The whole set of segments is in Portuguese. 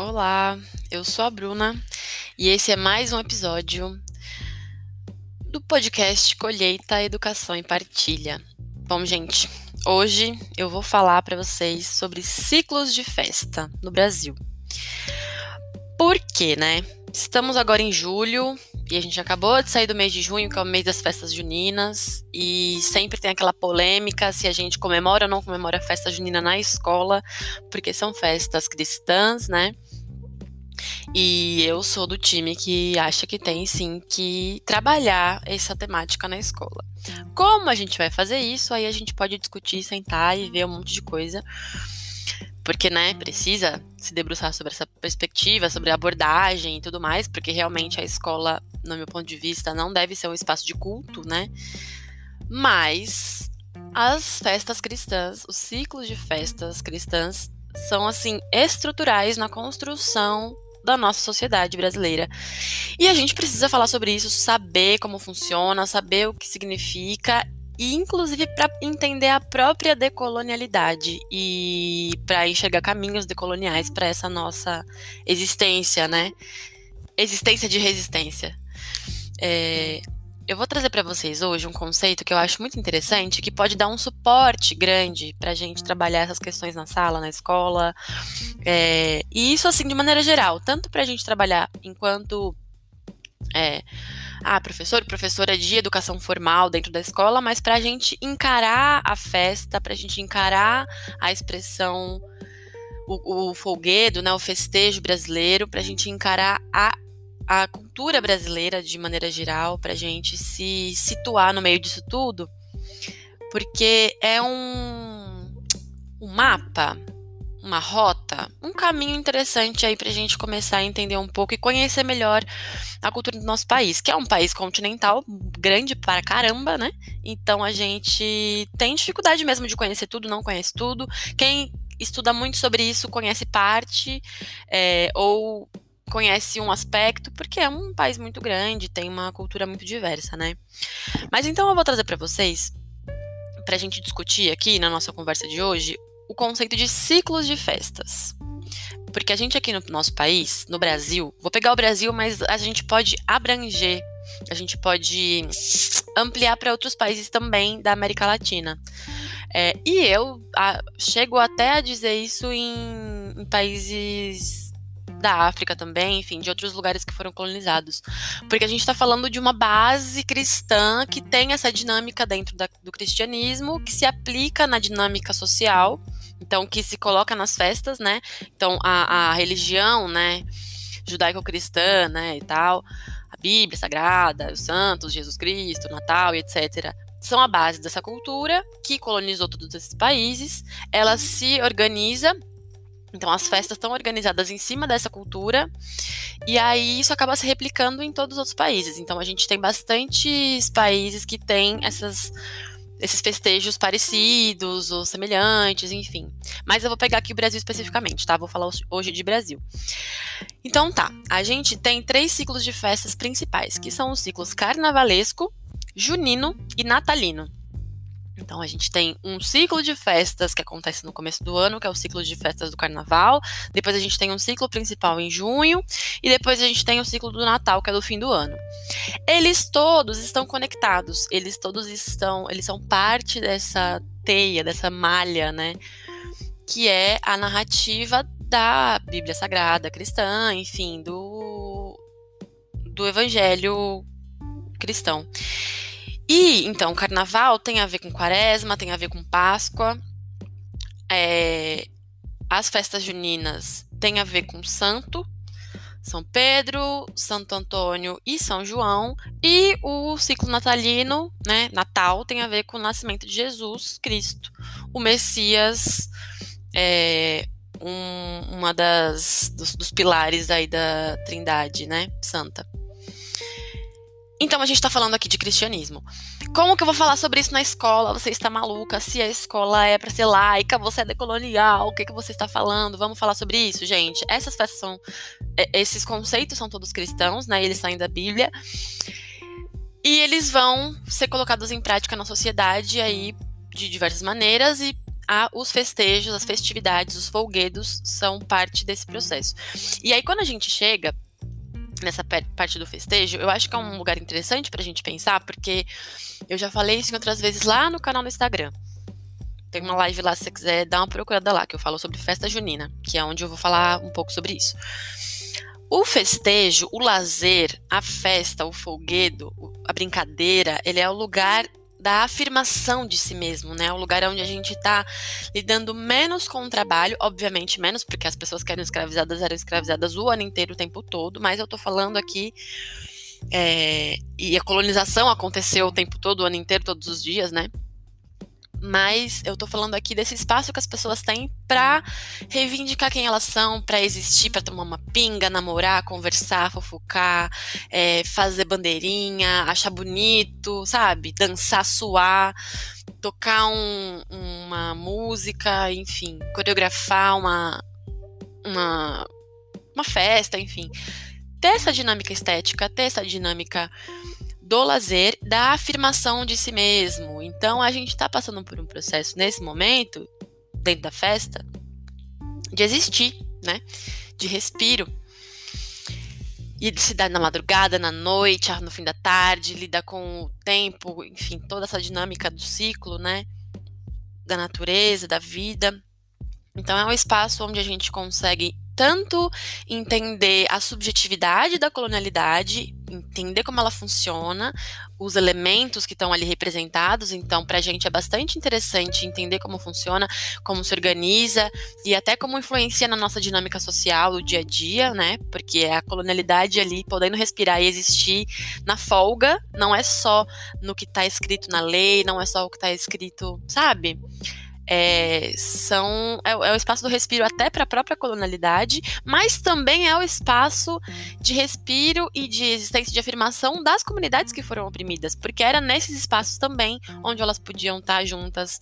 Olá, eu sou a Bruna e esse é mais um episódio do podcast Colheita, Educação e Partilha. Bom, gente, hoje eu vou falar para vocês sobre ciclos de festa no Brasil. Por quê, né? Estamos agora em julho e a gente acabou de sair do mês de junho, que é o mês das festas juninas, e sempre tem aquela polêmica se a gente comemora ou não comemora a festa junina na escola, porque são festas cristãs, né? E eu sou do time que acha que tem sim que trabalhar essa temática na escola. Como a gente vai fazer isso? Aí a gente pode discutir, sentar e ver um monte de coisa. Porque, né, precisa se debruçar sobre essa perspectiva, sobre a abordagem e tudo mais, porque realmente a escola, no meu ponto de vista, não deve ser um espaço de culto, né? Mas as festas cristãs, os ciclos de festas cristãs são, assim, estruturais na construção da nossa sociedade brasileira. E a gente precisa falar sobre isso, saber como funciona, saber o que significa e, inclusive, para entender a própria decolonialidade e para enxergar caminhos decoloniais para essa nossa existência, né? Existência de resistência. Eu vou trazer para vocês hoje um conceito que eu acho muito interessante, que pode dar um suporte grande para a gente trabalhar essas questões na sala, na escola, e isso assim de maneira geral, tanto para a gente trabalhar enquanto professora de educação formal dentro da escola, mas para a gente encarar a festa, para a gente encarar a expressão, o folguedo, né, o festejo brasileiro, para a gente encarar a cultura brasileira de maneira geral, para a gente se situar no meio disso tudo, porque é um mapa, uma rota, um caminho interessante aí pra gente começar a entender um pouco e conhecer melhor a cultura do nosso país, que é um país continental, grande para caramba, né? Então a gente tem dificuldade mesmo de conhecer tudo, não conhece tudo. Quem estuda muito sobre isso conhece parte, ou conhece um aspecto, porque é um país muito grande, tem uma cultura muito diversa, né? Mas então eu vou trazer para vocês, pra gente discutir aqui na nossa conversa de hoje, o conceito de ciclos de festas. Porque a gente aqui no nosso país, no Brasil, vou pegar o Brasil, mas a gente pode abranger, a gente pode ampliar para outros países também da América Latina. E eu chego até a dizer isso em países da África também, enfim, de outros lugares que foram colonizados. Porque a gente está falando de uma base cristã que tem essa dinâmica dentro do cristianismo, que se aplica na dinâmica social, então que se coloca nas festas, né? Então a religião, né, judaico-cristã, né, e tal, a Bíblia Sagrada, os santos, Jesus Cristo, Natal e etc., são a base dessa cultura que colonizou todos esses países. Ela se organiza. Então, as festas estão organizadas em cima dessa cultura, e aí isso acaba se replicando em todos os outros países. Então, a gente tem bastantes países que têm esses festejos parecidos ou semelhantes, enfim. Mas eu vou pegar aqui o Brasil especificamente, tá? Vou falar hoje de Brasil. Então, tá. A gente tem 3 ciclos de festas principais, que são os ciclos carnavalesco, junino e natalino. Então, a gente tem um ciclo de festas que acontece no começo do ano, que é o ciclo de festas do carnaval. Depois a gente tem um ciclo principal em junho. E depois a gente tem o ciclo do Natal, que é do fim do ano. Eles todos estão conectados. Eles são parte dessa teia, dessa malha, né? Que é a narrativa da Bíblia Sagrada cristã, enfim, do Evangelho cristão. E, então, o carnaval tem a ver com quaresma, tem a ver com Páscoa. As festas juninas têm a ver com santo, São Pedro, Santo Antônio e São João. E o ciclo natalino, né, Natal, tem a ver com o nascimento de Jesus Cristo, o Messias, uma dos pilares aí da Trindade, né, Santa. Então, a gente tá falando aqui de cristianismo. Como que eu vou falar sobre isso na escola? Você está maluca? Se a escola é pra ser laica, você é decolonial, o que você está falando? Vamos falar sobre isso, gente? Essas festas esses conceitos são todos cristãos, né? Eles saem da Bíblia. E eles vão ser colocados em prática na sociedade aí de diversas maneiras. E os festejos, as festividades, os folguedos são parte desse processo. E aí, quando a gente chega nessa parte do festejo, eu acho que é um lugar interessante pra gente pensar, porque eu já falei isso em outras vezes lá no canal do Instagram. Tem uma live lá, se você quiser dar uma procurada lá, que eu falo sobre festa junina, que é onde eu vou falar um pouco sobre isso. O festejo, o lazer, a festa, o folguedo, a brincadeira, ele é o lugar da afirmação de si mesmo, né? O lugar onde a gente tá lidando menos com o trabalho, obviamente menos, porque as pessoas que eram escravizadas o ano inteiro, o tempo todo, mas eu tô falando aqui, e a colonização aconteceu o tempo todo, o ano inteiro, todos os dias, né? Mas eu tô falando aqui desse espaço que as pessoas têm pra reivindicar quem elas são, pra existir, pra tomar uma pinga, namorar, conversar, fofocar, fazer bandeirinha, achar bonito, sabe? Dançar, suar, tocar uma música, enfim, coreografar uma festa, enfim. Ter essa dinâmica estética, ter essa dinâmica do lazer, da afirmação de si mesmo. Então, a gente está passando por um processo, nesse momento, dentro da festa, de existir, né? De respiro. E de se dar na madrugada, na noite, no fim da tarde, lidar com o tempo, enfim, toda essa dinâmica do ciclo, né? Da natureza, da vida. Então, é um espaço onde a gente consegue tanto entender a subjetividade da colonialidade, entender como ela funciona, os elementos que estão ali representados. Então, para a gente é bastante interessante entender como funciona, como se organiza e até como influencia na nossa dinâmica social, o dia a dia, né? Porque é a colonialidade ali podendo respirar e existir na folga, não é só no que está escrito na lei, não é só o que está escrito, sabe? É o espaço do respiro até para a própria colonialidade, mas também é o espaço de respiro e de existência de afirmação das comunidades que foram oprimidas, porque era nesses espaços também onde elas podiam estar juntas,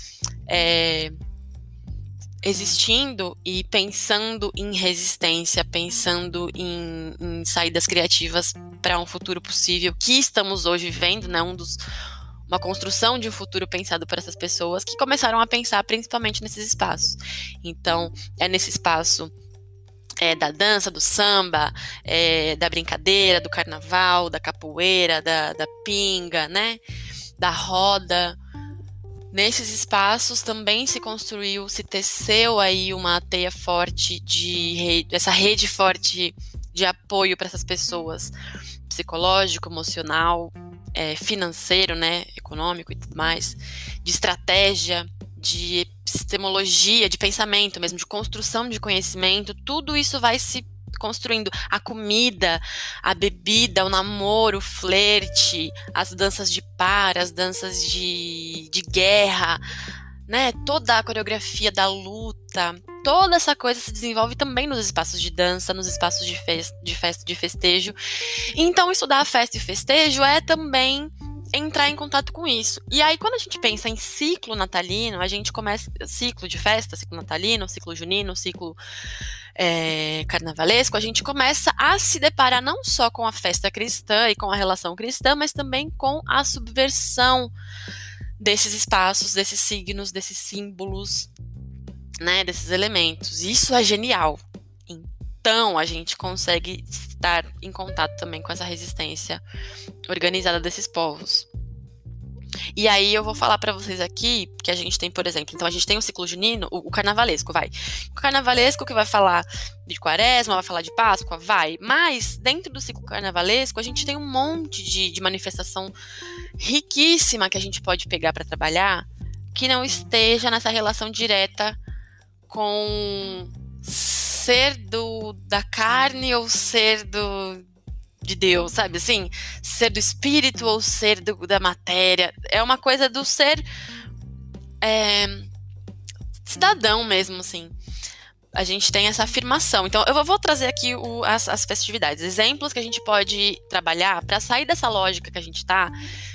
existindo e pensando em resistência, pensando em saídas criativas para um futuro possível que estamos hoje vivendo, né? Uma construção de um futuro pensado por essas pessoas que começaram a pensar principalmente nesses espaços. Então, é nesse espaço da dança, do samba, da brincadeira, do carnaval, da capoeira, da pinga, né? Da roda. Nesses espaços também se construiu, se teceu aí uma teia forte essa rede forte de apoio para essas pessoas, psicológico, emocional, financeiro, né, econômico e tudo mais, de estratégia, de epistemologia, de pensamento mesmo, de construção de conhecimento. Tudo isso vai se construindo. A comida, a bebida, o namoro, o flerte, as danças de par, as danças de guerra, né? Toda a coreografia da luta, toda essa coisa se desenvolve também nos espaços de dança, nos espaços de festa, de festejo. Então, estudar a festa e festejo é também entrar em contato com isso. E aí, quando a gente pensa em ciclo natalino, a gente começa ciclo de festa, ciclo natalino, ciclo junino, ciclo carnavalesco, a gente começa a se deparar não só com a festa cristã e com a relação cristã, mas também com a subversão desses espaços, desses signos, desses símbolos, né, desses elementos. Isso é genial. Então, a gente consegue estar em contato também com essa resistência organizada desses povos. E aí eu vou falar para vocês aqui que a gente tem, por exemplo, então a gente tem o ciclo junino, o carnavalesco, vai. O carnavalesco que vai falar de quaresma, vai falar de Páscoa, vai. Mas dentro do ciclo carnavalesco a gente tem um monte de manifestação riquíssima que a gente pode pegar para trabalhar, que não esteja nessa relação direta com ser da carne ou ser de Deus, sabe assim? Ser do espírito ou ser da matéria. É uma coisa do ser cidadão mesmo, assim. A gente tem essa afirmação. Então, eu vou trazer aqui as festividades. Exemplos que a gente pode trabalhar para sair dessa lógica que a gente tá,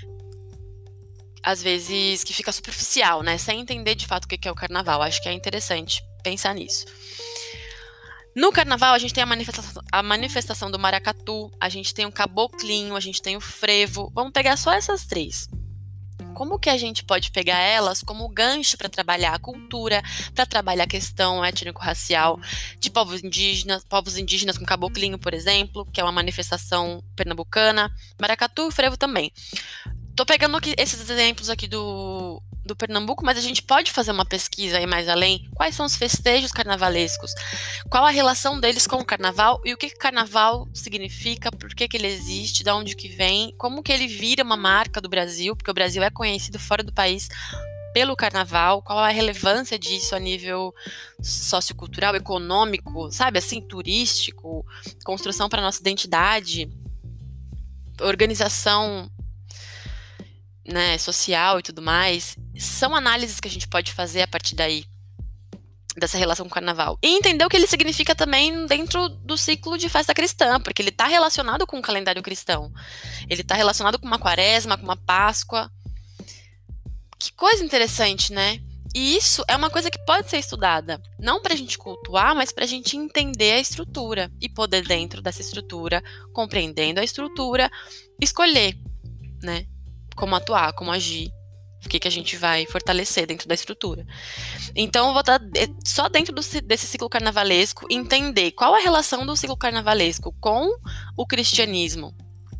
às vezes, que fica superficial, né? Sem entender de fato o que é o carnaval. Acho que é interessante pensar nisso. No carnaval, a gente tem a manifestação do maracatu, a gente tem o caboclinho, a gente tem o frevo. Vamos pegar só essas três. Como que a gente pode pegar elas como gancho para trabalhar a cultura, para trabalhar a questão étnico-racial de povos indígenas com caboclinho, por exemplo, que é uma manifestação pernambucana, maracatu e frevo também. Tô pegando aqui esses exemplos aqui do Pernambuco, mas a gente pode fazer uma pesquisa aí mais além. Quais são os festejos carnavalescos? Qual a relação deles com o carnaval e o que o carnaval significa, por que ele existe, de onde que vem, como que ele vira uma marca do Brasil, porque o Brasil é conhecido fora do país pelo carnaval, qual a relevância disso a nível sociocultural, econômico, sabe, assim, turístico, construção para nossa identidade, organização, né, social e tudo mais, são análises que a gente pode fazer a partir daí, dessa relação com o carnaval. E entender o que ele significa também dentro do ciclo de festa cristã, porque ele está relacionado com o calendário cristão. Ele está relacionado com uma quaresma, com uma Páscoa. Que coisa interessante, né? E isso é uma coisa que pode ser estudada, não para a gente cultuar, mas para a gente entender a estrutura e poder, dentro dessa estrutura, compreendendo a estrutura, escolher, né? Como atuar, como agir, o que a gente vai fortalecer dentro da estrutura. Então, eu vou estar só dentro desse ciclo carnavalesco, entender qual a relação do ciclo carnavalesco com o cristianismo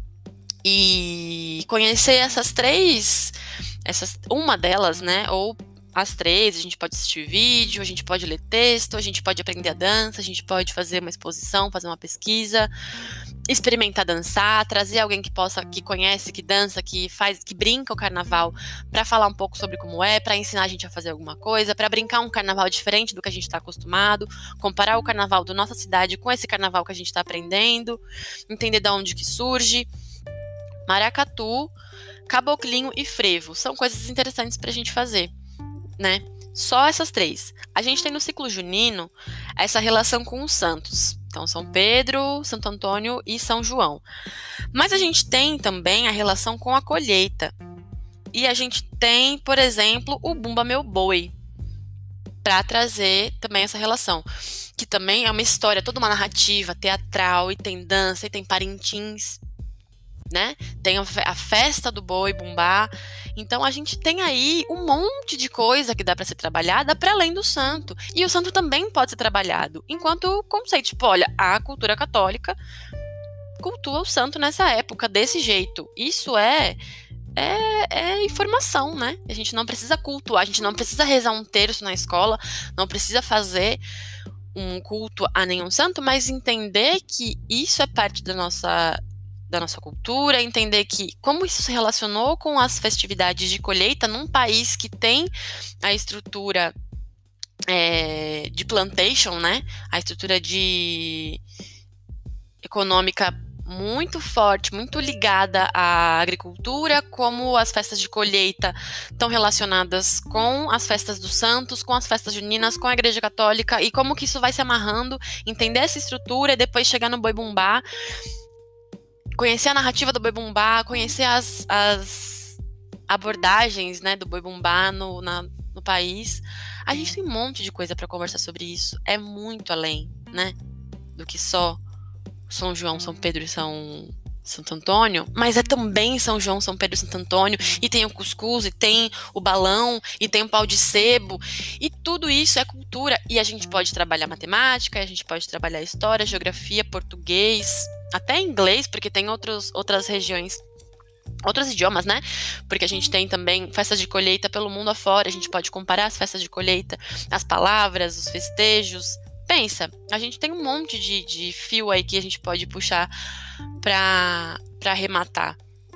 e conhecer uma delas, né, ou as três. A gente pode assistir vídeo, a gente pode ler texto, a gente pode aprender a dança, a gente pode fazer uma exposição, fazer uma pesquisa, experimentar dançar, trazer alguém que conhece, que dança, que brinca o carnaval, para falar um pouco sobre como é, para ensinar a gente a fazer alguma coisa, para brincar um carnaval diferente do que a gente está acostumado, comparar o carnaval da nossa cidade com esse carnaval que a gente está aprendendo, entender de onde que surge. Maracatu, caboclinho e frevo são coisas interessantes para a gente fazer, né? Só essas três. A gente tem no ciclo junino essa relação com os santos. Então, São Pedro, Santo Antônio e São João. Mas a gente tem também a relação com a colheita. E a gente tem, por exemplo, o Bumba Meu Boi, para trazer também essa relação. Que também é uma história, toda uma narrativa teatral, e tem dança, e tem Parintins, né? Tem a festa do boi bumbá. Então a gente tem aí um monte de coisa que dá para ser trabalhada para além do santo. E o santo também pode ser trabalhado enquanto conceito. Tipo, olha, a cultura católica cultua o santo nessa época desse jeito. Isso é informação, né? A gente não precisa cultuar, a gente não precisa rezar um terço na escola, não precisa fazer um culto a nenhum santo, mas entender que isso é parte da nossa cultura, entender que como isso se relacionou com as festividades de colheita num país que tem a estrutura de plantation, né? A estrutura econômica muito forte, muito ligada à agricultura, como as festas de colheita estão relacionadas com as festas dos santos, com as festas juninas, com a Igreja Católica, e como que isso vai se amarrando, entender essa estrutura e depois chegar no boi bumbá, conhecer a narrativa do boi bumbá, conhecer as abordagens, né, do boi bumbá no país. A gente tem um monte de coisa para conversar sobre isso. É muito além, né, do que só São João, São Pedro e Santo Antônio, mas é também São João, São Pedro e Santo Antônio, e tem o cuscuz, e tem o balão, e tem o pau de sebo, e tudo isso é cultura. E a gente pode trabalhar matemática, a gente pode trabalhar história, geografia, português, até inglês, porque tem outras regiões, outros idiomas, né? Porque a gente tem também festas de colheita pelo mundo afora, a gente pode comparar as festas de colheita, as palavras, os festejos. Pensa, a gente tem um monte de fio aí que a gente pode puxar para arrematar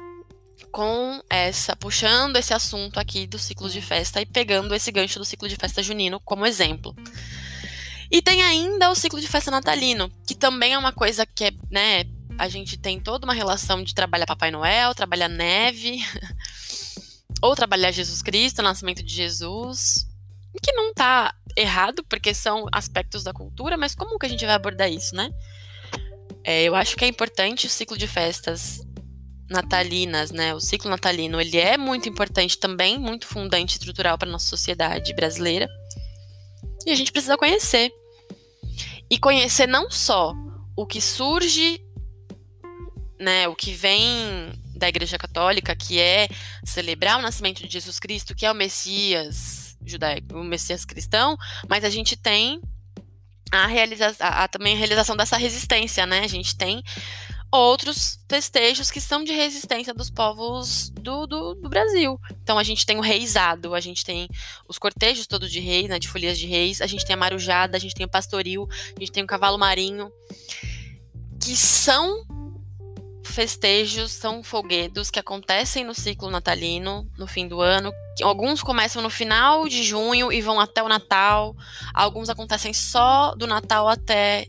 puxando esse assunto aqui do ciclo de festa e pegando esse gancho do ciclo de festa junino como exemplo. E tem ainda o ciclo de festa natalino, que também é uma coisa que né, a gente tem toda uma relação de trabalhar Papai Noel, trabalhar neve, ou trabalhar Jesus Cristo, o nascimento de Jesus, que não tá errado, porque são aspectos da cultura, mas como que a gente vai abordar isso, né? Eu acho que é importante o ciclo de festas natalinas, né? O ciclo natalino, ele é muito importante também, muito fundante estrutural para nossa sociedade brasileira. E a gente precisa conhecer. E conhecer não só o que surge, né, o que vem da Igreja Católica, que é celebrar o nascimento de Jesus Cristo, que é o Messias judaico, o Messias cristão, mas a gente tem também a realização dessa resistência, né? A gente tem outros festejos que são de resistência dos povos do Brasil. Então a gente tem o reizado, a gente tem os cortejos todos de reis, né, de folias de reis, a gente tem a marujada, a gente tem o pastoril, a gente tem o cavalo marinho, que são festejos, são folguedos que acontecem no ciclo natalino, no fim do ano. Alguns começam no final de junho e vão até o Natal. Alguns acontecem só do Natal até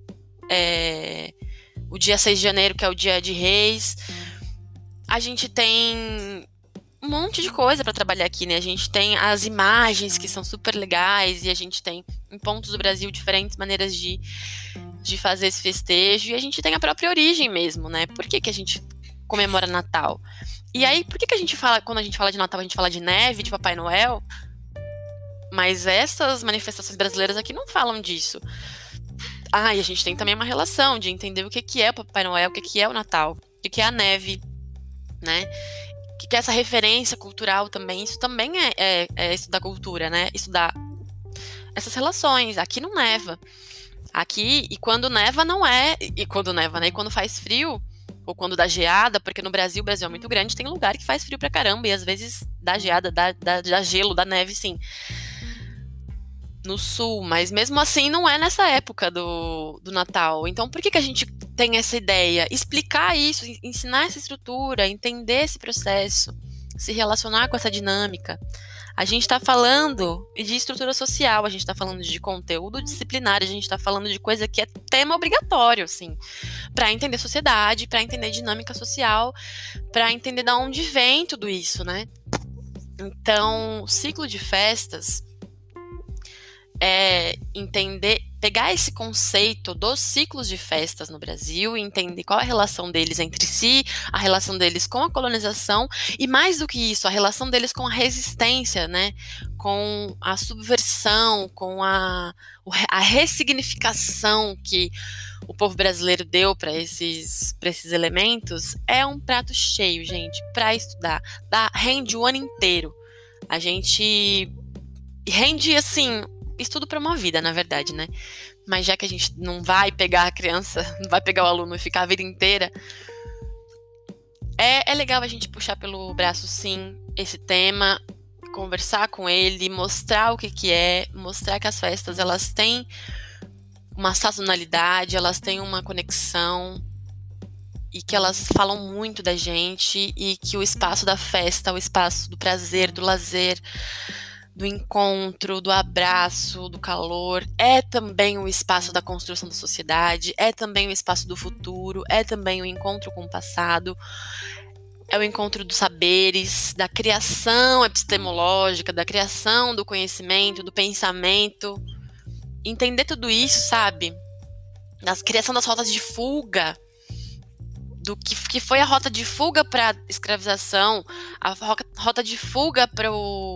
o dia 6 de janeiro, que é o dia de Reis. A gente tem um monte de coisa para trabalhar aqui, né? A gente tem as imagens que são super legais e a gente tem em pontos do Brasil diferentes maneiras de fazer esse festejo, e a gente tem a própria origem mesmo, né? Por que a gente comemora Natal? E aí, por que a gente fala, quando a gente fala de Natal, a gente fala de neve, de Papai Noel? Mas essas manifestações brasileiras aqui não falam disso. E a gente tem também uma relação de entender o que é o Papai Noel, o que é o Natal, o que é a neve, né? O que é essa referência cultural também. Isso também é estudar cultura, né? Estudar essas relações. Aqui não neva. Aqui, e quando neva não é, e quando neva, né? E quando faz frio, ou quando dá geada, porque no Brasil, o Brasil é muito grande, tem lugar que faz frio pra caramba, e às vezes dá geada, dá gelo, dá neve, sim. No sul, mas mesmo assim não é nessa época do Natal. Então por que a gente tem essa ideia? Explicar isso, ensinar essa estrutura, entender esse processo, se relacionar com essa dinâmica. A gente está falando de estrutura social, a gente está falando de conteúdo disciplinar, a gente está falando de coisa que é tema obrigatório, assim, para entender sociedade, para entender dinâmica social, para entender de onde vem tudo isso, né? Então, o ciclo de festas é entender, pegar esse conceito dos ciclos de festas no Brasil e entender qual é a relação deles entre si, a relação deles com a colonização e, mais do que isso, a relação deles com a resistência, né? Com a subversão, com a ressignificação que o povo brasileiro deu para esses elementos. É um prato cheio, gente, para estudar. Rende o ano inteiro. A gente rende, assim, estudo para uma vida, na verdade, né? Mas já que a gente não vai pegar a criança, não vai pegar o aluno e ficar a vida inteira, é legal a gente puxar pelo braço, sim, esse tema, conversar com ele, mostrar o que é, mostrar que as festas, elas têm uma sazonalidade, elas têm uma conexão e que elas falam muito da gente e que o espaço da festa, o espaço do prazer, do lazer, do encontro, do abraço, do calor, é também o espaço da construção da sociedade, é também o espaço do futuro, é também o encontro com o passado, é o encontro dos saberes, da criação epistemológica, da criação do conhecimento, do pensamento. Entender tudo isso, sabe? Da criação das rotas de fuga, do que foi a rota de fuga para a escravização, a rota de fuga para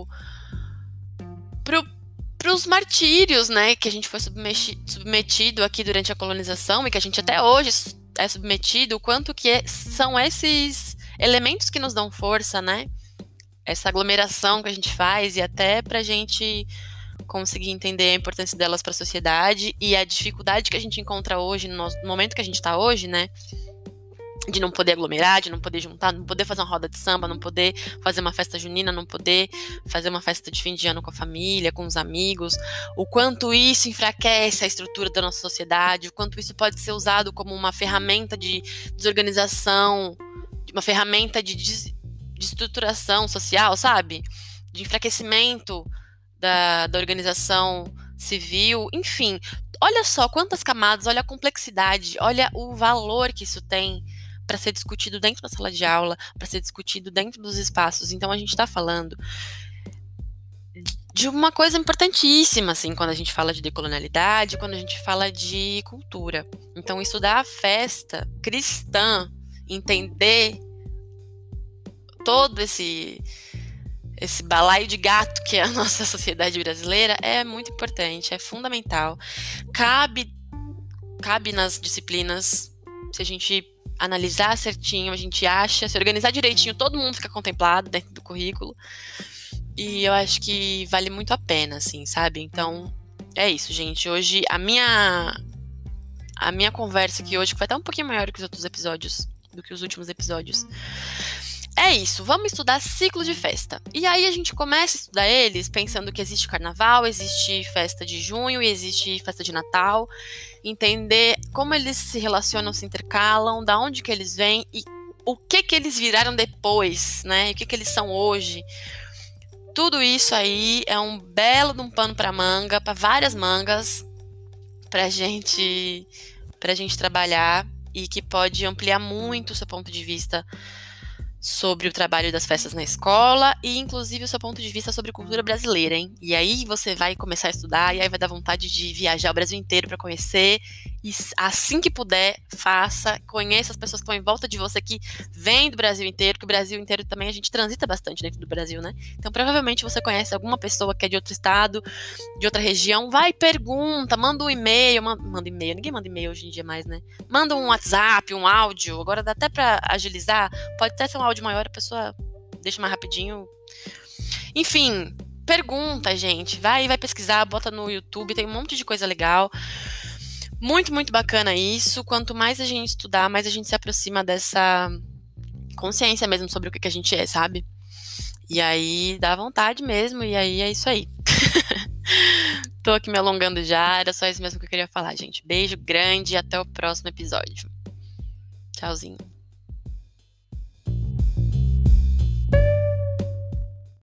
os martírios, né, que a gente foi submetido aqui durante a colonização e que a gente até hoje é submetido, o quanto que são esses elementos que nos dão força, né, essa aglomeração que a gente faz e até pra gente conseguir entender a importância delas para a sociedade e a dificuldade que a gente encontra hoje, no momento que a gente está hoje, né, de não poder aglomerar, de não poder juntar, não poder fazer uma roda de samba, não poder fazer uma festa junina, não poder fazer uma festa de fim de ano com a família, com os amigos, o quanto isso enfraquece a estrutura da nossa sociedade, o quanto isso pode ser usado como uma ferramenta de desorganização, uma ferramenta de estruturação social, sabe? De enfraquecimento da organização civil, enfim. Olha só quantas camadas, olha a complexidade, olha o valor que isso tem para ser discutido dentro da sala de aula, para ser discutido dentro dos espaços. Então a gente está falando de uma coisa importantíssima, assim, quando a gente fala de decolonialidade, quando a gente fala de cultura. Então estudar a festa cristã, entender todo esse balaio de gato que é a nossa sociedade brasileira é muito importante, é fundamental. Cabe nas disciplinas, se a gente analisar certinho, a gente acha, se organizar direitinho, todo mundo fica contemplado dentro do currículo. E eu acho que vale muito a pena, assim, sabe? Então, é isso, gente. Hoje, a minha conversa aqui hoje, que foi até um pouquinho maior do que os outros episódios, do que os últimos episódios. É isso, vamos estudar ciclo de festa. E aí a gente começa a estudar eles pensando que existe carnaval, existe festa de junho e existe festa de Natal. Entender como eles se relacionam, se intercalam, da onde que eles vêm e o que que eles viraram depois, né? E o que que eles são hoje. Tudo isso aí é um belo de um pano para manga, para várias mangas, pra gente trabalhar e que pode ampliar muito o seu ponto de vista sobre o trabalho das festas na escola e, inclusive, o seu ponto de vista sobre cultura brasileira, hein? E aí você vai começar a estudar e aí vai dar vontade de viajar o Brasil inteiro para conhecer e assim que puder, faça, conheça as pessoas que estão em volta de você que vêm do Brasil inteiro, que o Brasil inteiro também a gente transita bastante dentro do Brasil, né? Então, provavelmente você conhece alguma pessoa que é de outro estado, de outra região, vai, pergunta, manda um e-mail, manda e-mail, ninguém manda e-mail hoje em dia mais, né? Manda um WhatsApp, um áudio, agora dá até para agilizar, pode até ser um áudio maior, a pessoa deixa mais rapidinho. Enfim, pergunta, gente. Vai pesquisar, bota no YouTube, tem um monte de coisa legal. Muito, muito bacana isso. Quanto mais a gente estudar, mais a gente se aproxima dessa consciência mesmo sobre o que a gente é, sabe? E aí dá vontade mesmo, e aí é isso aí. Tô aqui me alongando já, era só isso mesmo que eu queria falar, gente. Beijo grande e até o próximo episódio. Tchauzinho.